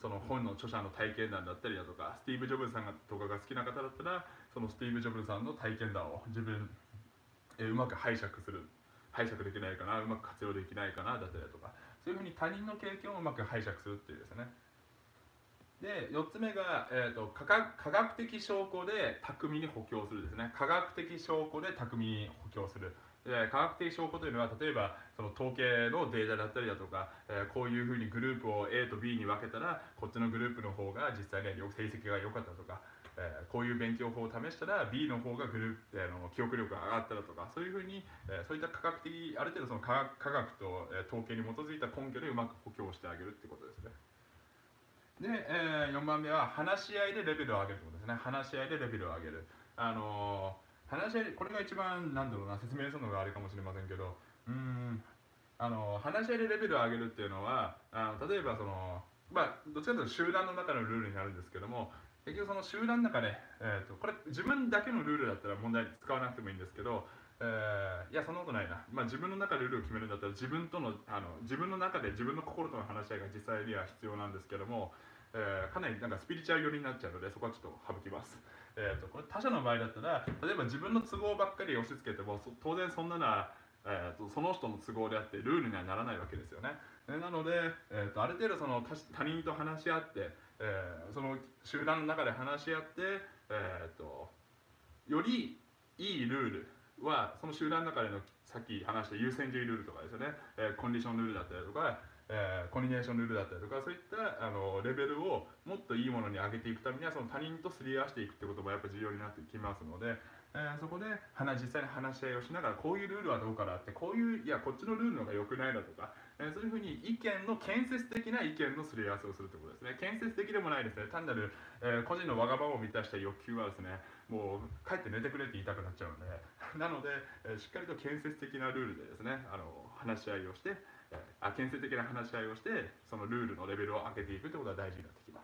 その本の著者の体験談だったりだとか、スティーブ・ジョブズさんとかが好きな方だったらそのスティーブ・ジョブズさんの体験談を自分、えー、うまく拝借する拝借できないかな、うまく活用できないかなだったりだとか、そういうふうに他人の経験をうまく拝借するっていうですね。でよっつめが、えーと、科学科学的証拠で巧みに補強するですね。科学的証拠で巧みに補強する。で科学的証拠というのは例えばその統計のデータだったりだとか、えー、こういうふうにグループを A と B に分けたらこっちのグループの方が実際に成績が良かったとか、えー、こういう勉強法を試したら B の方がグループ、えー、の記憶力が上がっただとか、そういうふうに、えー、そういった科学的ある程度その科学科学と、えー、統計に基づいた根拠でうまく補強してあげるってことですね。で、えー、よんばんめは話し合いでレベルを上げるってことですね。話し合いでレベルを上げる。あのー、話し合い、これが一番なんだろうな、説明するのがあれかもしれませんけど、うーん、あのー、話し合いでレベルを上げるっていうのは、あの例えばその、まあ、どっちかというと集団の中のルールになるんですけども、結局その集団の中で、えーと、これ自分だけのルールだったら問題使わなくてもいいんですけど、えー、いやそんなことないな、まあ、自分の中でルールを決めるんだったら自分とのあの自分の中で自分の心との話し合いが実際には必要なんですけども、えー、かなりなんかスピリチュアル寄りになっちゃうのでそこはちょっと省きます。えーと、これ他者の場合だったら例えば自分の都合ばっかり押し付けても当然そんなのは、えーと、その人の都合であってルールにはならないわけですよね。なので、えーと、ある程度その他人と話し合って、えー、その集団の中で話し合って、えーと、よりいいルールはその集団の中でのさっき話した優先順位ルールとかですよね、えー、コンディションルールだったりとか、えー、コンディネーションルールだったりとか、そういったあのレベルをもっといいものに上げていくためにはその他人とすり合わせていくってこともやっぱ重要になってきますので、えー、そこで話実際に話し合いをしながらこういうルールはどうかなって、こういういやこっちのルールの方が良くないだとか、えー、そういうふうに意見の建設的な意見のすり合わせをするってことですね。建設的でもないですね。単なる、えー、個人のわがままを満たした欲求はですね、もう帰って寝てくれって言いたくなっちゃうのでなので、えー、しっかりと建設的なルールでですね、あの話し合いをして、えー、あ建設的な話し合いをしてそのルールのレベルを上げていくってことが大事になってきます。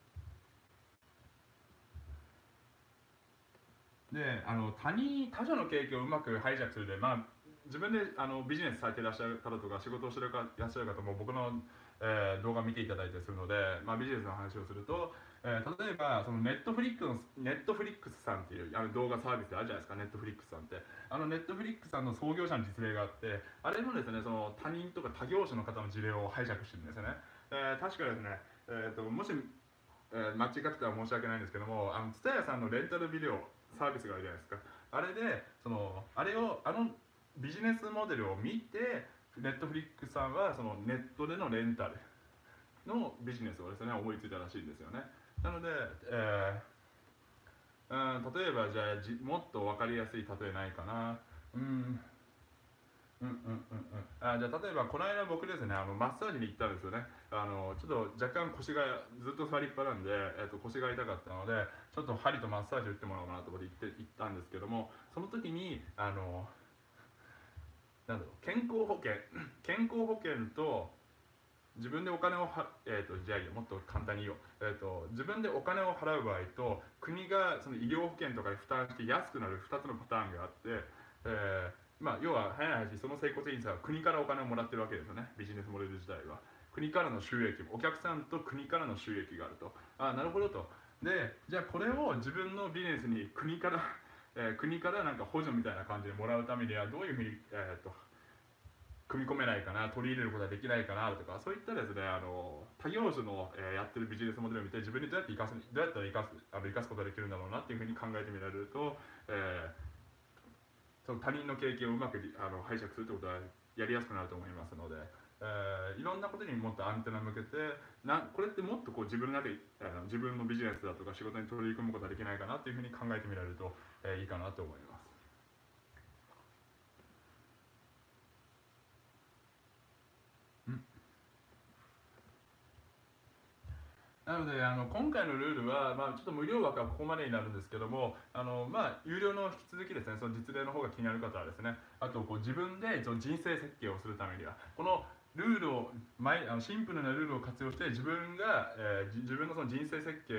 であの他人他者の経験をうまく拝借するで、まあ、自分であのビジネスされていらっしゃる方とか仕事をしていらっしゃる方も僕の、えー、動画を見ていただいてするので、まあ、ビジネスの話をすると、えー、例えばそのネットフリックスネットフリックスさんっていうあの動画サービスあるじゃないですか。ネットフリックスさんってあのネットフリックスさんの創業者の実例があって、あれもですねその他人とか他業種の方の事例を拝借してるんですよね。えー、確かですね、えー、ともしえー、間違ってたら申し訳ないんですけども、あの蔦屋さんのレンタルビデオサービスがあるじゃないですか。あれでそのあれをあのビジネスモデルを見てネットフリックスさんはそのネットでのレンタルのビジネスをですね思いついたらしいんですよね。なので、えー、うん例えばじゃあじもっと分かりやすい例えないかな。うんうんうんうんうんあじゃあ例えばこの間僕ですねあのマッサージに行ったんですよね。あのちょっと若干腰がずっと座りっぱなんで、えっと、腰が痛かったのでちょっと針とマッサージ打ってもらおうかなと思って行って行ったんですけども、その時にあのなんだろう健康保険健康保険と自分でお金をは、えー、とじゃあいいよもっと簡単に言おう、えー、と自分でお金を払う場合と国がその医療保険とかで負担して安くなるふたつのパターンがあって、えーまあ、要は早い話その整骨院さんは国からお金をもらってるわけですよね。ビジネスモデル自体は国からの収益お客さんと国からの収益があると。あなるほどと。でじゃあこれを自分のビジネスに国から、えー、国からなんか補助みたいな感じでもらうためにはどういうふうに、えー、と組み込めないかな、取り入れることができないかなとか、そういったですねあの他業種の、えー、やってるビジネスモデルを見て自分にどうやって生かすどうやったら生かすあの生かすことができるんだろうなっていうふうに考えてみられると、えー、その他人の経験をうまくあの拝借するってことはやりやすくなると思いますので、えー、いろんなことにもっとアンテナ向けてなこれってもっとこう自分の中であの自分のビジネスだとか仕事に取り組むことができないかなっていうふうに考えてみられると、えー、いいかなと思います。なのであの今回のルールは、まあ、ちょっと無料枠はここまでになるんですけども、あの、まあ、有料の引き続きですねその実例の方が気になる方はですね、あとこう自分でその人生設計をするためにはこのルールを毎あのシンプルなルールを活用して自分が、えー、自分のその人生設計を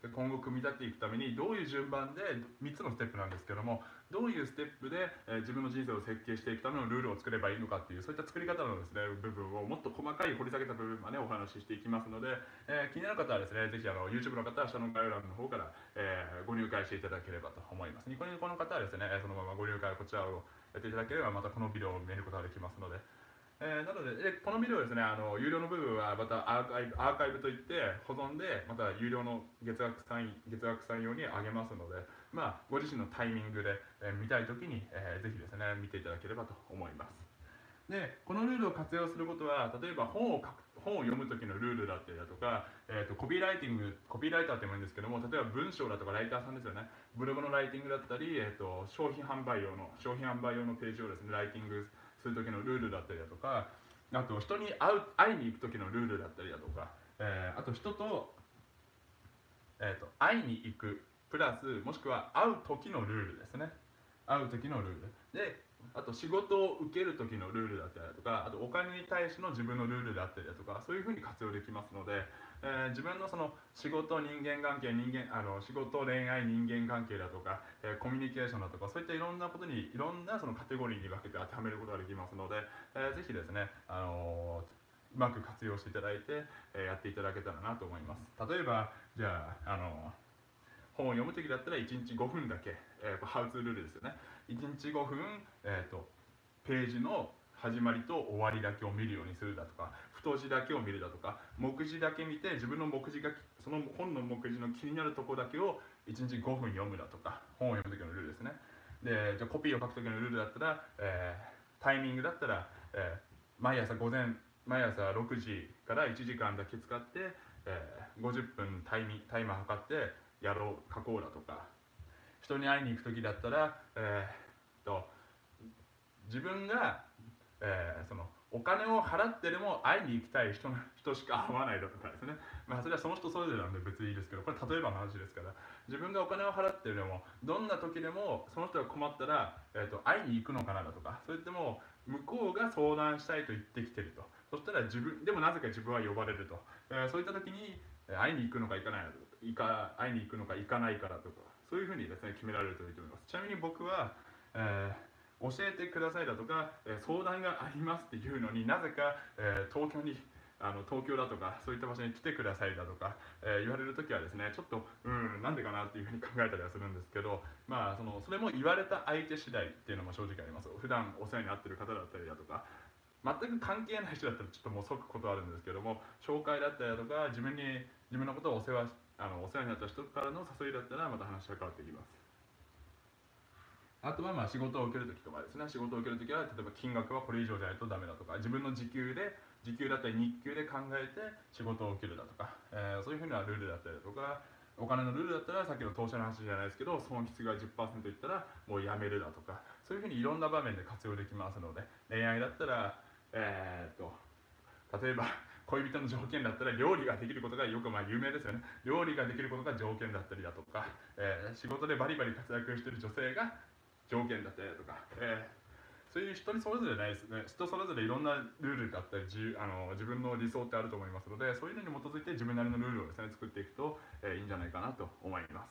今後組み立てていくためにどういう順番でみっつのステップなんですけども、どういうステップで、えー、自分の人生を設計していくためのルールを作ればいいのかっていう、そういった作り方のですね部分をもっと細かい掘り下げた部分までお話ししていきますので、えー、気になる方はですね、ぜひあの YouTube の方は下の概要欄の方から、えー、ご入会していただければと思います。ニコニコの方はですね、そのままご入会こちらをやっていただければまたこのビデオを見ることができますので。えー、なのででこのビデオですね、あの有料の部分はまたアーカイブアーカイブといって保存でまた有料の月額会員月額会員用に上げますので、まあ、ご自身のタイミングで、えー、見たいときに、えー、ぜひですね見ていただければと思います。でこのルールを活用することは、例えば本を書く本を読む時のルールだったりだとか、えー、とコピーライティングコピーライターってもいいんですけども、例えば文章だとかライターさんですよね、ブログのライティングだったり、えー、と商品販売用の商品販売用のページをですねライティングする時のルールだったりだとか、あと人に会う会いに行く時のルールだったりだとか、えー、あと人と,、えー、と会いに行くプラスもしくは会う時のルールですね。会う時のルールで、あと仕事を受ける時のルールだったりだとか、あとお金に対しての自分のルールだったりだとか、そういうふうに活用できますので、えー、自分のその仕事人間関係人間あの仕事恋愛人間関係だとか、えー、コミュニケーションだとか、そういったいろんなことにいろんなそのカテゴリーに分けて当てはめることができますので、えー、ぜひですね、あのー、うまく活用していただいて、えー、やっていただけたらなと思います。例えばじゃあ、あのー本を読むときだったらいちにちごふんだけ、えー、ハウツールールですよね。いちにちごふん、えーと、ページの始まりと終わりだけを見るようにするだとか、太字だけを見るだとか、目次だけ見て自分の目次がその本の目次の気になるところだけをいちにちごふん読むだとか、本を読むときのルールですね。で、じゃあコピーを書くときのルールだったら、えー、タイミングだったら、えー、毎朝午前毎朝ろくじからいちじかんだけ使って、えー、ごじゅっぷんタイミタイマー測ってやろう書こうだとか、人に会いに行く時だったら、えー、と自分が、えー、そのお金を払ってでも会いに行きたい人の人しか会わないだとかですね。まあそれはその人それぞれなんで別にいいですけど、これ例えばの話ですから、自分がお金を払ってでもどんな時でもその人が困ったら、えー、と会いに行くのかなだとか、それってもう向こうが相談したいと言ってきてると、そしたら自分でもなぜか自分は呼ばれると、えー、そういった時に会いに行くのか行かないのか、いか会いに行くのか行かないからとか、そういうふうにですね決められるといいと思います。ちなみに僕は、えー教えてくださいだとか、えー、相談がありますっていうのになぜか、えー、東京にあの東京だとかそういった場所に来てくださいだとか、えー、言われるときはですね、ちょっとうんなんでかなっていうふうに考えたりはするんですけど、まあそのそれも言われた相手次第っていうのも正直あります。普段お世話になってる方だったりだとか、全く関係ない人だったらちょっともう即断るんですけども、紹介だったりだとか、自分に自分のことをお世話あのお世話になった人からの誘いだったらまた話が変わってきます。あとはまあ仕事を受けるときとかですね、仕事を受けるときは例えば金額はこれ以上じゃないとダメだとか、自分の時給で時給だったり日給で考えて仕事を受けるだとか、えー、そういうふうなルールだったりだとか、お金のルールだったらさっきの投資の話じゃないですけど、損失が じゅっパーセント いったらもうやめるだとか、そういうふうにいろんな場面で活用できますので、恋愛だったらえー、っと例えば恋人の条件だったら料理ができることがよくまあ有名ですよね。料理ができることが条件だったりだとか、えー、仕事でバリバリ活躍している女性が条件だったりだとか、えー、そういう人にそれぞれないですね。人それぞれいろんなルールだったり自あの自分の理想ってあると思いますので、そういうのに基づいて自分なりのルールをですね作っていくと、えー、いいんじゃないかなと思います。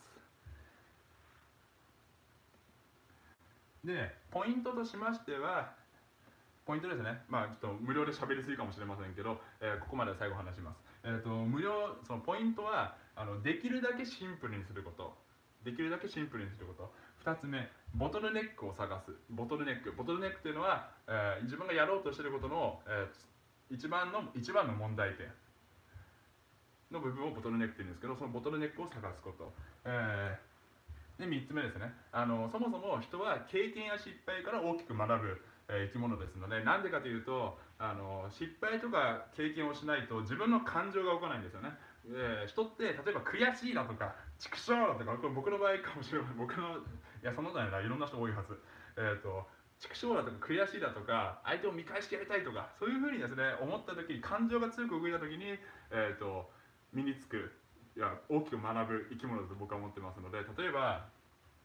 でポイントとしましては、ポイントですね。まあちょっと無料で喋りすぎかもしれませんけど、えー、ここまで最後話します。えっ、ー、と無料そのポイントはあのできるだけシンプルにすること。できるだけシンプルにすること。ふたつめ、ボトルネックを探す。ボトルネック。ボトルネックというのは、えー、自分がやろうとしていることの、えー、一番の一番の問題点の部分をボトルネックというんですけど、そのボトルネックを探すこと。えー、でみっつめですね。あのそもそも人は経験や失敗から大きく学ぶえー、生き物ですので、なんでかというとあの失敗とか経験をしないと自分の感情が動かないんですよね。えー、人って例えば悔しいだとか畜生だとか、これ僕の場合かもしれない、僕のいやそんなことないな、いろんな人多いはず。えっ、ー、と畜生だとか悔しいだとか相手を見返してやりたいとか、そういうふうにですね思った時に、感情が強く動いた時に、えー、と身につくいや大きく学ぶ生き物だと僕は思ってますので、例えば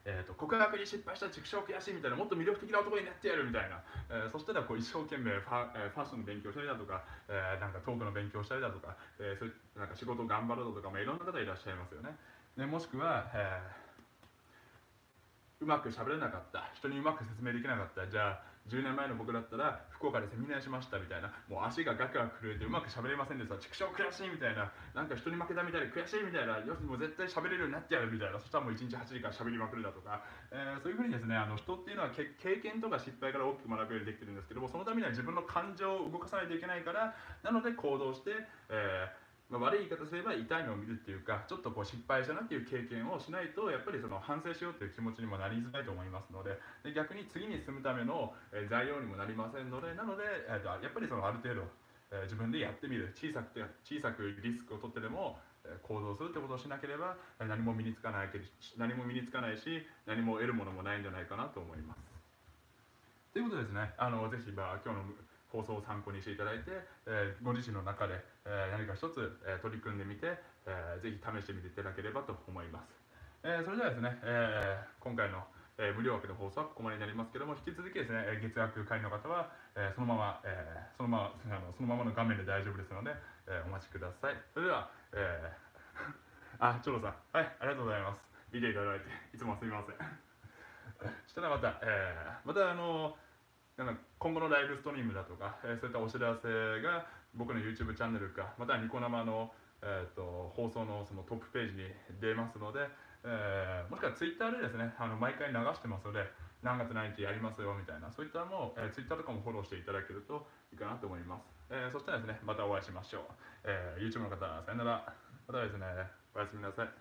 えー、と告白に失敗したら畜生悔しいみたいな、もっと魅力的な男になってやるみたいな、えー、そしたらこう一生懸命ファ,、えー、ファッションの勉強したりだとか、えー、なんかトークの勉強したりだとか、えー、そういうなんか仕事を頑張るだとか、まあ、いろんな方いらっしゃいますよね。でもしくは、えー、うまく喋れなかった、人にうまく説明できなかった、じゃあじゅうねんまえの僕だったら福岡でセミナーしましたみたいな、もう足がガクガク震えてうまく喋れませんでした、畜生悔しいみたいな、なんか人に負けたみたいで悔しいみたいな、よしもう絶対喋れるようになってやるみたいな、そしたらもういちにちはちじかん喋りまくるだとか、えー、そういうふうにですね、あの人っていうのは経験とか失敗から大きく学ぶようにできてるんですけども、そのためには自分の感情を動かさないといけないから、なので行動して、えーまあ、悪い言い方すれば痛い目を見るっていうか、ちょっとこう失敗したなっていう経験をしないと、やっぱりその反省しようっていう気持ちにもなりづらいと思いますので、で逆に次に進むための、えー、材料にもなりませんので、なので、えー、とやっぱりそのある程度、えー、自分でやってみる、小さくて小さくリスクを取ってでも、えー、行動するってことをしなければ、えー、何も身につかないけど何も身につかないし、何も得るものもないんじゃないかなと思います。ということですね、あのぜひ、まあ、今日の放送を参考にしていただいて、えー、ご自身の中で、えー、何か一つ、えー、取り組んでみて、えー、ぜひ試してみていただければと思います。えー、それではですね、えー、今回の、えー、無料枠の放送はここまでになりますけども、引き続きですね、月額会員の方は、えー、そのまま、えー、そのままあのそのままの画面で大丈夫ですので、えー、お待ちください。それでは、えー、あ、チョロさん、はい、ありがとうございます。見ていただいて、いつもすみません。そしたらまた、えー、またあのなんか今後のライブストリームだとか、えー、そういったお知らせが僕の YouTube チャンネルか、またはニコ生の、えー、と放送のそのトップページに出ますので、えー、もしくは Twitter でですね、あの毎回流してますので、何月何日やりますよみたいな、そういったのも、えー、Twitter とかもフォローしていただけるといいかなと思います。えー、そしたらですね、またお会いしましょう。えー、YouTube の方、さよなら。またですね、おやすみなさい。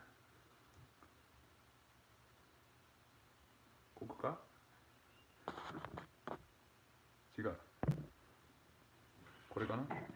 ここか違う。これかな。